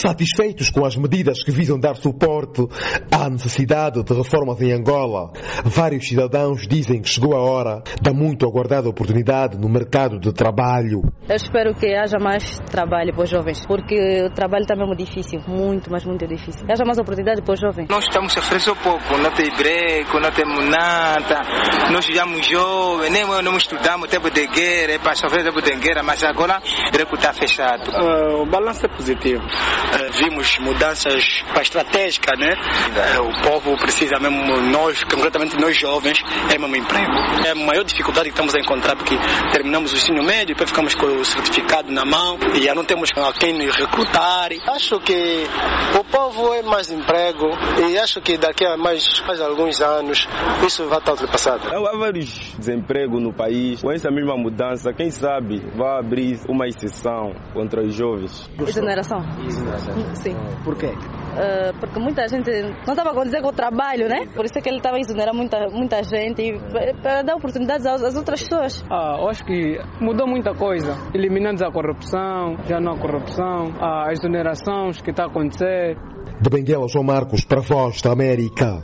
Satisfeitos com as medidas que visam dar suporte à necessidade de reformas em Angola, vários cidadãos dizem que chegou a hora da muito aguardada oportunidade no mercado de trabalho. Eu espero que haja mais trabalho para os jovens, porque o trabalho está mesmo difícil, muito, mas muito difícil. Haja mais oportunidade para os jovens. Nós estamos a oferecer pouco, não tem break, não temos nada. Nós somos jovens, nem não estudamos tempo de guerra, para sofrer tempo de guerra, mas agora o está fechado. O balanço é positivo. Vimos mudanças para estratégica, né? O povo precisa mesmo, nós, concretamente nós jovens, é mesmo emprego. É a maior dificuldade que estamos a encontrar, porque terminamos o ensino médio, depois ficamos com o certificado na mão e já não temos a quem nos recrutar. Acho que o povo é mais emprego e acho que daqui a mais alguns anos isso vai estar ultrapassado. Há vários desempregos no país. Com essa mesma mudança, quem sabe vai abrir uma exceção contra os jovens. Exoneração? Sim. Por quê? Porque muita gente não estava condizendo com o trabalho, né? Por isso é que ele estava a exonerar muita gente para dar oportunidades às outras pessoas. Eu acho que mudou muita coisa. Eliminando a corrupção, já não há corrupção, as exonerações que está a acontecer. De Benguela, João Marcos, para a Voz da América.